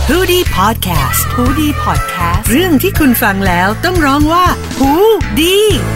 ฮูดี้พอดแคสต์ฮูดี้พอดแคสต์เรื่องที่คุณฟังแล้วต้องร้องว่าฮูดี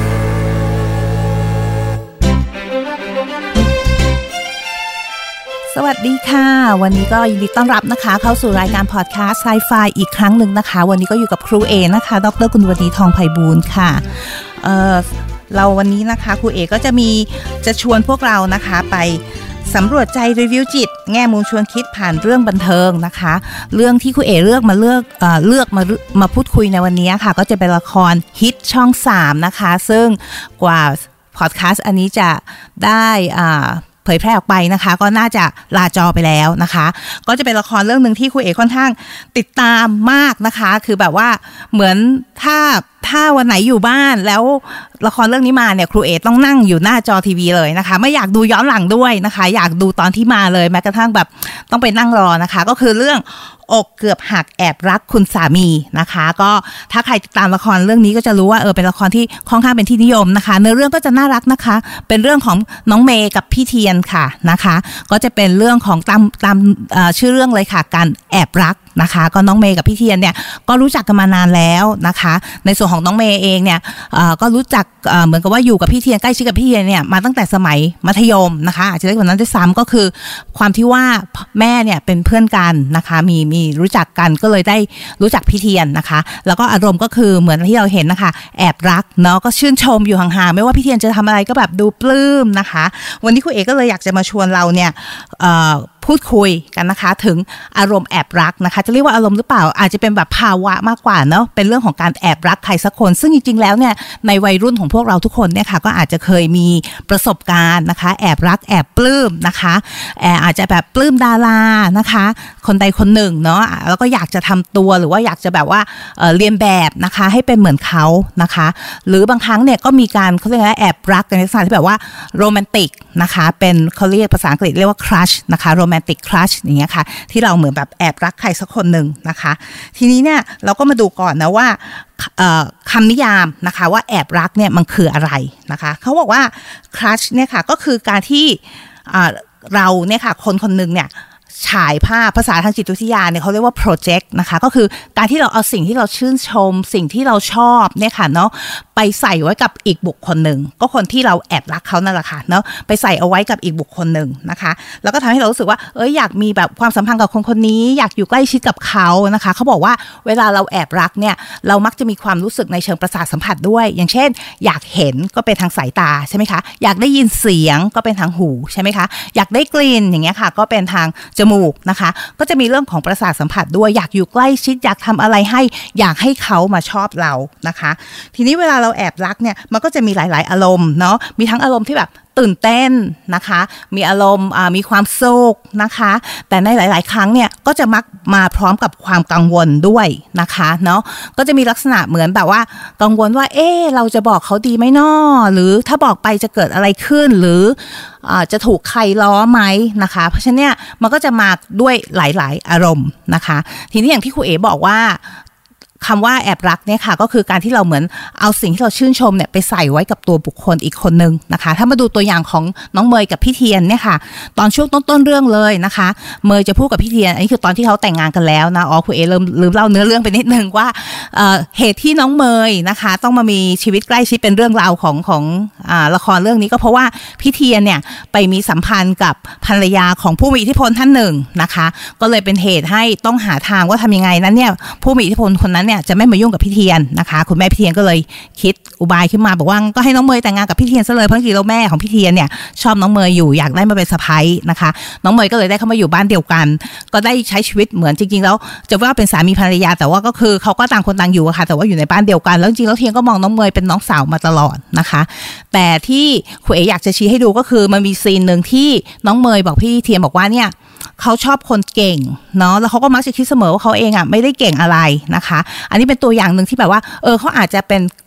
สวัสดีค่ะวันนี้ก็ยินดีต้อนรับนะคะเข้าสู่รายการพอดแคสต์ไซไฟอีกครั้งหนึ่งนะคะวันนี้ก็อยู่กับครูเอนะคะดร.กุลวดีทองไพบูลย์ค่ะเราวันนี้นะคะครูเอก็จะชวนพวกเรานะคะไปสำรวจใจรีวิวจิตแง่มุมชวนคิดผ่านเรื่องบันเทิงนะคะเรื่องที่ครูเอเลือกมาพูดคุยในวันนี้ค่ะก็จะเป็นละครฮิตช่อง3นะคะซึ่งกว่าพอดแคสต์อันนี้จะได้เผยแพร่ออกไปนะคะก็น่าจะลาจอไปแล้วนะคะก็จะเป็นละครเรื่องนึงที่ครูเอกค่อนข้างติดตามมากนะคะคือแบบว่าเหมือนถ้าวันไหนอยู่บ้านแล้วละครเรื่องนี้มาเนี่ยครูเอกต้องนั่งอยู่หน้าจอทีวีเลยนะคะไม่อยากดูย้อนหลังด้วยนะคะอยากดูตอนที่มาเลยแม้กระทั่งแบบต้องไปนั่งรอนะคะก็คือเรื่องอกเกือบหักแอบรักคุณสามีนะคะก็ถ้าใครติดตามละครเรื่องนี้ก็จะรู้ว่าเป็นละครที่ค่อนข้างเป็นที่นิยมนะคะเนื้อเรื่องก็จะน่ารักนะคะเป็นเรื่องของน้องเมย์กับพี่เทียนค่ะนะคะก็จะเป็นเรื่องของตามชื่อเรื่องเลยค่ะการแอบรักนะคะก็น้องเมย์กับพี่เทียนเนี่ยก็รู้จักกันมานานแล้วนะคะในส่วนของน้องเมย์เองเนี่ยก็รู้จักเหมือนกับว่าอยู่กับพี่เทียนใกล้ชิดกับพี่เทียนเนี่ยมาตั้งแต่สมัยมัธยมนะคะอาจจะได้กว่านั้นด้วยซ้ำก็คือความที่ว่าแม่เนี่ยเป็นเพื่อนกันนะคะมีรู้จักกันก็เลยได้รู้จักพี่เทียนนะคะแล้วก็อารมณ์ก็คือเหมือนที่เราเห็นนะคะแอบรักเนาะก็ชื่นชมอยู่ห่างๆไม่ว่าพี่เทียนจะทำอะไรก็แบบดูปลื้มนะคะวันนี้ครูเอกก็เลยอยากจะมาชวนเราเนี่ยพูดคุยกันนะคะถึงอารมณ์แอบรักนะคะจะเรียกว่าอารมณ์หรือเปล่าอาจจะเป็นแบบภาวะมากกว่าเนาะเป็นเรื่องของการแอบรักใครสักคนซึ่งจริงๆแล้วเนี่ยในวัยรุ่นของพวกเราทุกคนเนี่ยค่ะก็อาจจะเคยมีประสบการณ์นะคะแอบรักแอบปลื้มนะคะอาจจะแบบปลื้มดารานะคะคนใดคนหนึ่งเนาะแล้วก็อยากจะทำตัวหรือว่าอยากจะแบบว่าเรียนแบบนะคะให้เป็นเหมือนเขานะคะหรือบางครั้งเนี่ยก็มีการเขาเรียกว่าแอบรักในลักษณะที่แบบว่าโรแมนติกนะคะเป็นเขาเรียกภาษาอังกฤษเรียกว่า crush นะคะโรแมนติก crush อย่างเงี้ยค่ะที่เราเหมือนแบบแอบรักใครสักคนหนึ่งนะคะทีนี้เนี่ยเราก็มาดูก่อนนะว่าคำนิยามนะคะว่าแอบรักเนี่ยมันคืออะไรนะคะเขาบอกว่า crush เนี่ยค่ะก็คือการที่เราเนี่ยค่ะคนหนึ่งเนี่ยฉายภาพภาษาทางจิตวิทยาเนี่ยเขาเรียกว่า project นะคะก็คือการที่เราเอาสิ่งที่เราชื่นชมสิ่งที่เราชอบเนี่ยค่ะเนาะไปใส่ไว้กับอีกบุคคลหนึ่งก็คนที่เราแอบรักเขานั่นแหละค่ะเนาะไปใส่เอาไว้กับอีกบุคคลหนึ่งนะคะแล้วก็ทำให้เรารู้สึกว่าอยากมีแบบความสัมพันธ์กับคนนี้อยากอยู่ใกล้ชิดกับเขานะคะเขาบอกว่าเวลาเราแอบรักเนี่ยเรามักจะมีความรู้สึกในเชิงประสาทสัมผัสด้วยอย่างเช่นอยากเห็นก็เป็นทางสายตาใช่ไหมคะอยากได้ยินเสียงก็เป็นทางหูใช่ไหมคะอยากได้กลิ่นอย่างเงี้ยค่ะก็เป็นทางจมูกนะคะก็จะมีเรื่องของประสาทสัมผัสด้วยอยากอยู่ใกล้ชิดอยากทำอะไรให้อยากให้เขามาชอบเรานะคะทีนี้เวลาเราแอบรักเนี่ยมันก็จะมีหลายๆอารมณ์เนาะมีทั้งอารมณ์ที่แบบตื่นเต้นนะคะมีอารมณ์มีความโศกนะคะแต่ในหลายๆครั้งเนี่ยก็จะมักมาพร้อมกับความกังวลด้วยนะคะเนาะก็จะมีลักษณะเหมือนแบบว่ากังวลว่าเราจะบอกเขาดีไหมน้อหรือถ้าบอกไปจะเกิดอะไรขึ้นหรือจะถูกใครล้อไหมนะคะเพราะฉะนั้นเนี่ยมันก็จะมาด้วยหลายๆอารมณ์นะคะทีนี้อย่างที่ครูเอ๋บอกว่าคำว่าแอบรักเนี่ยค่ะก็คือการที่เราเหมือนเอาสิ่งที่เราชื่นชมเนี่ยไปใส่ไว้กับตัวบุคคลอีกคนนึงนะคะถ้ามาดูตัวอย่างของน้องเมย์กับพี่เทียนเนี่ยค่ะตอนช่วงต้นเรื่องเลยนะคะเมย์จะพูดกับพี่เทียนอันนี้คือตอนที่เขาแต่งงานกันแล้วนะครูเอลืมเล่าเนื้อเรื่องไปนิดนึงว่าเหตุที่น้องเมย์นะคะต้องมามีชีวิตใกล้ชิดเป็นเรื่องราวของละครเรื่องนี้ก็เพราะว่าพี่เทียนเนี่ยไปมีสัมพันธ์กับภรรยาของผู้มีอิทธิพลท่านหนึ่งนะคะก็เลยเป็นเหตุให้ต้องหาทางว่าทำยังไงนั้นเนี่ยผู้มีอิทธิพลคนนั้นจะไม่มายุ่งกับพี่เทียนนะคะคุณแม่พี่เทียนก็เลยคิดอุบายขึ้นมาบอกว่าก็ให้น้องเมย์แต่งงานกับพี่เทียนซะเลยเพราะจริงๆแล้วแม่ของพี่เทียนเนี่ยชอบน้องเมย์อยู่อยากได้มาเป็นสะใภ้นะคะน้องเมย์ก็เลยได้เข้ามาอยู่บ้านเดียวกันก็ได้ใช้ชีวิตเหมือนจริงๆแล้วจะว่าเป็นสามีภรรยาแต่ว่าก็คือเขาก็ต่างคนต่างอยู่ค่ะแต่ว่าอยู่ในบ้านเดียวกันแล้วจริงๆแล้วเทียนก็มองน้องเมย์เป็นน้องสาวมาตลอดนะคะแต่ที่ครูเอ๋อยากจะชี้ให้ดูก็คือมันมีซีนนึงที่น้องเมย์บอกพี่เทียนบอกว่าเนี่ยเขาชอบคนเก่งเนาะแล้วเขาก็มักจะคิดเสมอว่าเขาเองไม่ได้เก่งอะไรนะคะอันนี้เป็นตัวอย่างหนึ่งที่แบบว่าเขาอาจจะเป็น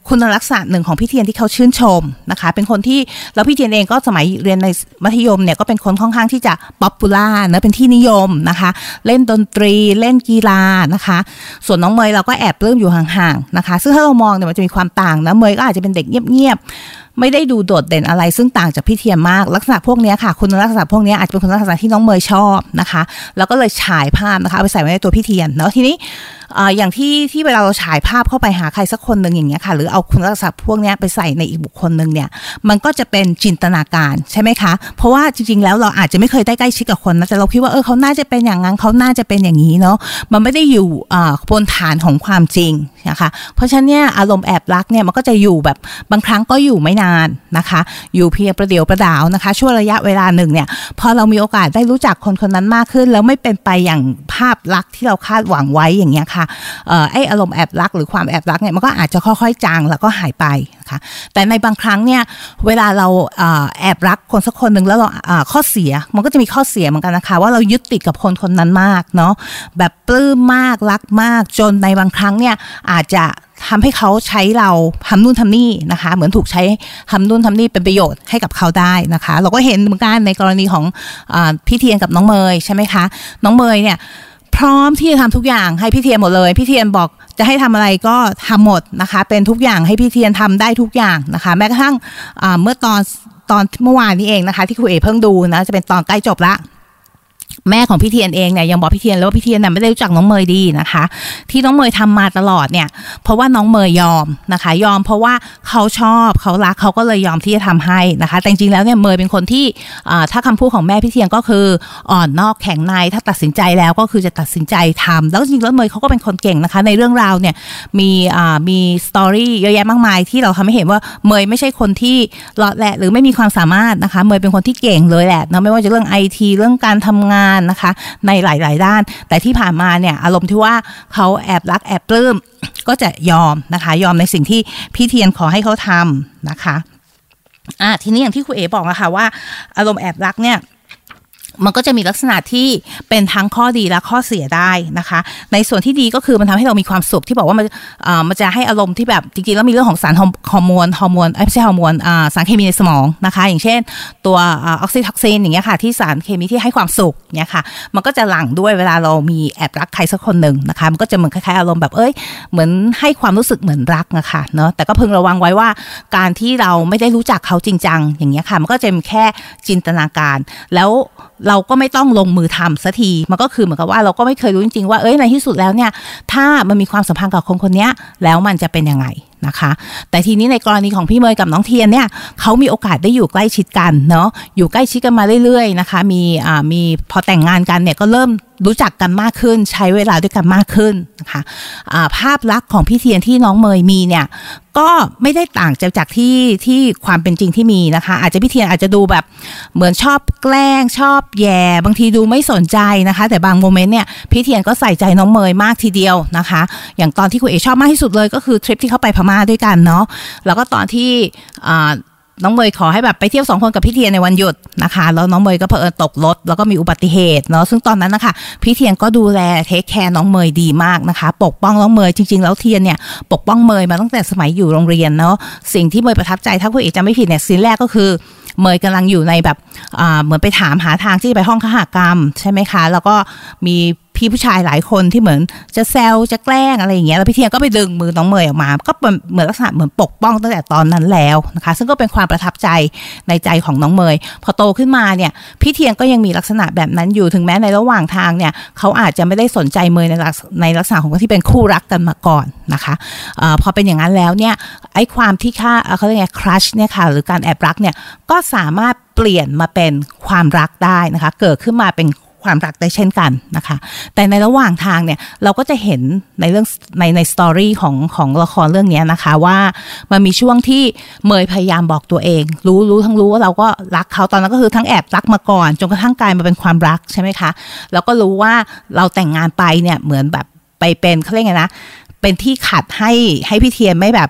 คุณลักษณะหนึ่งของพี่เทียนที่เขาชื่นชมนะคะเป็นคนที่แล้วพี่เทียนเองก็สมัยเรียนในมัธยมเนี่ยก็เป็นคนค่อนข้างที่จะป๊อปปูล่านะเป็นที่นิยมนะคะเล่นดนตรีเล่นกีฬานะคะส่วนน้องเมยเราก็แอบปลื้มอยู่ห่างๆนะคะซึ่งถ้าเรามองเนี่ยมันจะมีความต่างนะเมยก็อาจจะเป็นเด็กเงียบไม่ได้ดูโดดเด่นอะไรซึ่งต่างจากพี่เทียนมากลักษณะพวกนี้ค่ะคุณลักษณะพวกนี้อาจจะเป็นคุณลักษณะที่น้องเมยชอบนะคะแล้วก็เลยฉายภาพนะคะเอาไปใส่ไว้ในตัวพี่เทียนเนาะทีนี้อย่างที่เวลาเราฉายภาพเข้าไปหาใครสักคนหนึ่งอย่างเงี้ยค่ะหรือเอาคุณลักษณะพวกนี้ไปใส่ในอีกบุคคลหนึ่งเนี่ยมันก็จะเป็นจินตนาการใช่ไหมคะเพราะว่าจริงๆแล้วเราอาจจะไม่เคยได้ใกล้ชิดกับคนนะแต่เราคิดว่าเขาน่าจะเป็นอย่างนั้นเขาน่าจะเป็นอย่างนี้เนาะมันไม่ได้อยู่บนฐานของความจริงนะคะเพราะฉะนั้นเนี่ยอารมณ์แอบรักเนี่ยมันก็จะอยู่แบบบางครั้งก็อยู่ไม่นานนะคะอยู่เพียงประเดี๋ยวประดาวนะคะช่วงระยะเวลาหนึ่งเนี่ยพอเรามีโอกาสได้รู้จักคนคนนั้นมากขึ้นแล้วไม่เป็นไปอย่างภาพลักษณ์ที่เราคาดหวังไว้อย่างเงี้ยค่ะไออารมณ์แอบรักหรือความแอบรักเนี่ยมันก็อาจจะค่อยๆจางแล้วก็หายไปนะคะแต่ในบางครั้งเนี่ยเวลาเราแอบรักคนสักคนหนึ่งแล้วเราข้อเสียมันก็จะมีข้อเสียเหมือนกันนะคะว่าเรายึดติดกับคนคนนั้นมากเนาะแบบปลื้มมากรักมากจนในบางครั้งเนี่ยอาจจะทำให้เขาใช้เราทำนู่นทำนี่นะคะเหมือนถูกใช้ทำนู่นทำนี่เป็นประโยชน์ให้กับเขาได้นะคะเราก็เห็นเหมือนกันในกรณีของพี่เทียนกับน้องเมยใช่ไหมคะน้องเมยเนี่ยพร้อมที่จะทำทุกอย่างให้พี่เทียนหมดเลยพี่เทียนบอกจะให้ทำอะไรก็ทำหมดนะคะเป็นทุกอย่างให้พี่เทียนทำได้ทุกอย่างนะคะแม้กระทั่งเมื่อตอนเมื่อวานนี้เองนะคะที่ครูเอเพิ่งดูนะจะเป็นตอนใกล้จบละแม่ของพี่เทียนเองเนี่ยยังบอกพี่เทียนแล้วว่าพี่เทียนน่ะไม่ได้รู้จักน้องเมยดีนะคะที่น้องเมยทำมาตลอดเนี่ยเพราะว่าน้องเมยยอมนะคะยอมเพราะว่าเขาชอบเขารักเขาก็เลยยอมที่จะทำให้นะคะแต่จริงๆแล้วเนี่ยเมยเป็นคนที่ถ้าคำพูดของแม่พี่เทียนก็คืออ่อนนอกแข็งในถ้าตัดสินใจแล้วก็คือจะตัดสินใจทำแล้วจริงๆแล้วเมยเขาก็เป็นคนเก่งนะคะในเรื่องราวเนี่ยมีสตอรี่เยอะแยะมากมายที่เราทำให้เห็นว่าเมยไม่ใช่คนที่หลอดแหละหรือไม่มีความสามารถนะคะเมยเป็นคนที่เก่งเลยแหละนะไม่ว่าจะเรื่อง IT เรื่องการทำงานนะคะในหลายๆด้านแต่ที่ผ่านมาเนี่ยอารมณ์ที่ว่าเขาแอบรักแอบปลื้มก็จะยอมนะคะยอมในสิ่งที่พี่เทียนขอให้เขาทำนะคะทีนี้อย่างที่ครูเอ๋บอกนะคะว่าอารมณ์แอบรักเนี่ยมันก็จะมีลักษณะที่เป็นทั้งข้อดีและข้อเสียได้นะคะในส่วนที่ดีก็คือมันทำให้เรามีความสุขที่บอกว่ามันจะให้อารมณ์ที่แบบจริงๆแล้วมีเรื่องของสารฮอร์โมนไม่ใช่ฮอร์โมนสารเคมีในสมองนะคะอย่างเช่นตัวออกซิโทซินอย่างเงี้ยค่ะที่สารเคมีที่ให้ความสุขเนี่ยค่ะมันก็จะหลั่งด้วยเวลาเรามีแอบรักใครสักคนหนึ่งนะคะมันก็จะเหมือนคล้ายๆอารมณ์แบบเหมือนให้ความรู้สึกเหมือนรักนะคะเนาะแต่ก็พึงระวังไว้ว่าการที่เราไม่ได้รู้จักเขาจริงจังอย่างเงี้ยค่ะมันก็จะเป็นแค่จินตนาการแล้วเราก็ไม่ต้องลงมือทำสักทีมันก็คือเหมือนกับว่าเราก็ไม่เคยรู้จริงๆว่าในที่สุดแล้วเนี่ยถ้ามันมีความสัมพันธ์กับคนคนนี้แล้วมันจะเป็นยังไงนะคะแต่ทีนี้ในกรณีของพี่เมยกับน้องเทียนเนี่ยเขามีโอกาสได้อยู่ใกล้ชิดกันเนาะอยู่ใกล้ชิดกันมาเรื่อยๆนะคะมีพอแต่งงานกันเนี่ยก็เริ่มรู้จักกันมากขึ้นใช้เวลาด้วยกันมากขึ้นนะคะภาพลักษณ์ของพี่เทียนที่น้องเมยมีเนี่ยก็ไม่ได้ต่างจากที่ความเป็นจริงที่มีนะคะอาจจะพี่เทียนอาจจะดูแบบเหมือนชอบแกล้งชอบแย่บางทีดูไม่สนใจนะคะแต่บางโมเมนต์เนี่ยพี่เทียนก็ใส่ใจน้องเมยมากทีเดียวนะคะอย่างตอนที่คุณเอ๋ชอบมากที่สุดเลยก็คือทริปที่เขาไปพม่าด้วยกันเนาะแล้วก็ตอนที่น้องเมยขอให้แบบไปเที่ยว2 คนกับพี่เทียนในวันหยุดนะคะแล้วน้องเมยก็เผอิญตกรถแล้วก็มีอุบัติเหตุเนาะซึ่งตอนนั้นนะคะพี่เทียนก็ดูแลเทคแคร์น้องเมยดีมากนะคะปกป้องน้องเมยจริงๆแล้วเทียนเนี่ยปกป้องเมยมาตั้งแต่สมัยอยู่โรงเรียนเนาะสิ่งที่เมยประทับใจถ้าคุณเอ๋จำไม่ผิดเนี่ยซีนแรกก็คือเมยกำลังอยู่ในแบบเหมือนไปถามหาทางที่จะไปห้องคหกรรมใช่ไหมคะแล้วก็มีพี่ผู้ชายหลายคนที่เหมือนจะแซวจะแกล้งอะไรอย่างเงี้ยแล้วพี่เทียนก็ไปดึงมือน้องเมยออกมาก็เหมือนลักษณะเหมือนปกป้องตั้งแต่ตอนนั้นแล้วนะคะซึ่งก็เป็นความประทับใจในใจของน้องเมยพอโตขึ้นมาเนี่ยพี่เทียนก็ยังมีลักษณะแบบนั้นอยู่ถึงแม้ในระหว่างทางเนี่ยเขาอาจจะไม่ได้สนใจเมยในลักษณะของที่เป็นคู่รักกันมาก่อนนะคะพอเป็นอย่างนั้นแล้วเนี่ยไอ้ความที่เขาเรียกไงครัชเนี่ยค่ะหรือการแอบรักเนี่ยก็สามารถเปลี่ยนมาเป็นความรักได้นะคะเกิดขึ้นมาเป็นความรักได้เช่นกันนะคะแต่ในระหว่างทางเนี่ยเราก็จะเห็นในเรื่องในสตอรี่ของละครเรื่องนี้นะคะว่ามันมีช่วงที่เมยพยายามบอกตัวเองรู้ทั้งรู้ว่าเราก็รักเขาตอนนั้นก็คือทั้งแอบรักมาก่อนจนกระทั่งกลายมาเป็นความรักใช่ไหมคะแล้วก็รู้ว่าเราแต่งงานไปเนี่ยเหมือนแบบไปเป็นเขาเรียกไงนะเป็นที่ขัดให้พี่เทียนไม่แบบ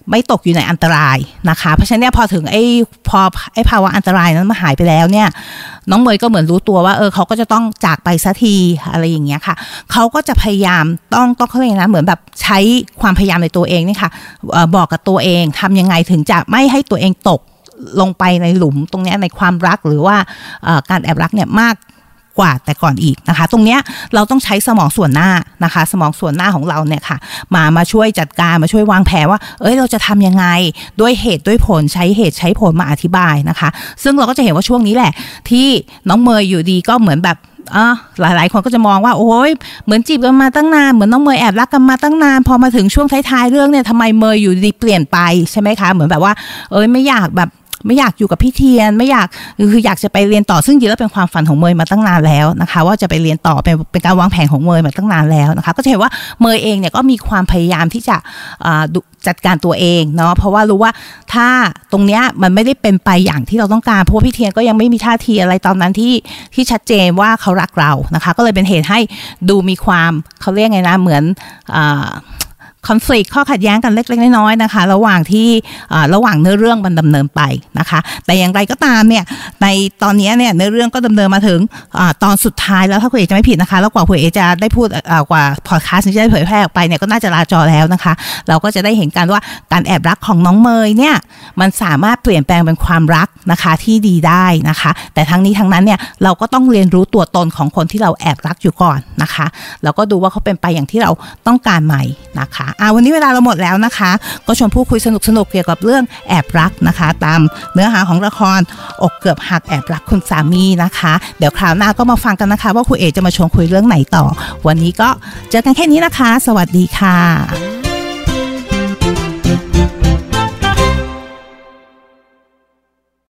ไม่ตกอยู่ในอันตรายนะคะเพราะฉะนั้นพอถึงพอภาวะอันตรายนั้นมาหายไปแล้วเนี่ยน้องเมย์ก็เหมือนรู้ตัวว่าเขาก็จะต้องจากไปสักทีอะไรอย่างเงี้ยค่ะเขาก็จะพยายามต้องเขาเรียกนะเหมือนแบบใช้ความพยายามในตัวเองนี่ค่ะบอกกับตัวเองทำยังไงถึงจะไม่ให้ตัวเองตกลงไปในหลุมตรงนี้ในความรักหรือว่าการแอบรักเนี่ยมากกว่าแต่ก่อนอีกนะคะตรงเนี้ยเราต้องใช้สมองส่วนหน้านะคะสมองส่วนหน้าของเราเนี่ยค่ะมาช่วยจัดการมาช่วยวางแผนว่าเราจะทำยังไงด้วยเหตุด้วยผลใช้เหตุใช้ผลมาอธิบายนะคะซึ่งเราก็จะเห็นว่าช่วงนี้แหละที่น้องเมย์อยู่ดีก็เหมือนแบบหลายคนก็จะมองว่าโอ้ยเหมือนจีบกันมาตั้งนานเหมือนน้องเมย์แอบรักกันมาตั้งนานพอมาถึงช่วงท้ายๆเรื่องเนี่ยทำไมเมย์อยู่ดีเปลี่ยนไปใช่ไหมคะเหมือนแบบว่าไม่อยากอยู่กับพี่เทียนไม่อยากคืออยากจะไปเรียนต่อซึ่งจริงแล้วเป็นความฝันของเมย์มาตั้งนานแล้วนะคะว่าจะไปเรียนต่อเป็นการวางแผนของเมย์มาตั้งนานแล้วนะคะก็จะเห็นว่าเมย์เองเนี่ยก็มีความพยายามที่จะจัดการตัวเองเนาะเพราะว่ารู้ว่าถ้าตรงเนี้ยมันไม่ได้เป็นไปอย่างที่เราต้องการเพราะว่าพี่เทียนก็ยังไม่มีท่าทีอะไรตอนนั้นที่ชัดเจนว่าเขารักเรานะคะก็เลยเป็นเหตุให้ดูมีความเขาเรียกไงนะเหมือนคอนฟลิกต์ข้อขัดแย้งกันเล็กๆน้อยๆนะคะระหว่างเนื้อเรื่องมันดำเนินไปนะคะแต่อย่างไรก็ตามเนี่ยในตอนนี้เนี่ยเนื้อเรื่องก็ดำเนินมาถึงตอนสุดท้ายแล้วถ้าคุณเอกจะไม่ผิดนะคะแล้วกว่าคุณเอกจะได้พูดกว่าพอดแคสต์จะได้เผยแพร่ออกไปเนี่ยก็น่าจะลาจอแล้วนะคะเราก็จะได้เห็นกันว่าการแอบรักของน้องเมย์เนี่ยมันสามารถเปลี่ยนแปลงเป็นความรักนะคะที่ดีได้นะคะแต่ทั้งนี้ทั้งนั้นเนี่ยเราก็ต้องเรียนรู้ตัวตนของคนที่เราแอบรักอยู่ก่อนนะคะแล้วก็ดูว่าเขาเป็นไปอย่างที่เราต้องการไหมนะคะวันนี้เวลาเราหมดแล้วนะคะก็ชวนพูดคุยสนุกๆเกี่ยวกับเรื่องแอบรักนะคะตามเนื้อหาของละครอกเกือบหักแอบรักคุณสามีนะคะเดี๋ยวคราวหน้าก็มาฟังกันนะคะว่าคุณเอ๋จะมาชวนคุยเรื่องไหนต่อวันนี้ก็เจอกันแค่นี้นะคะสวัสดีค่ะ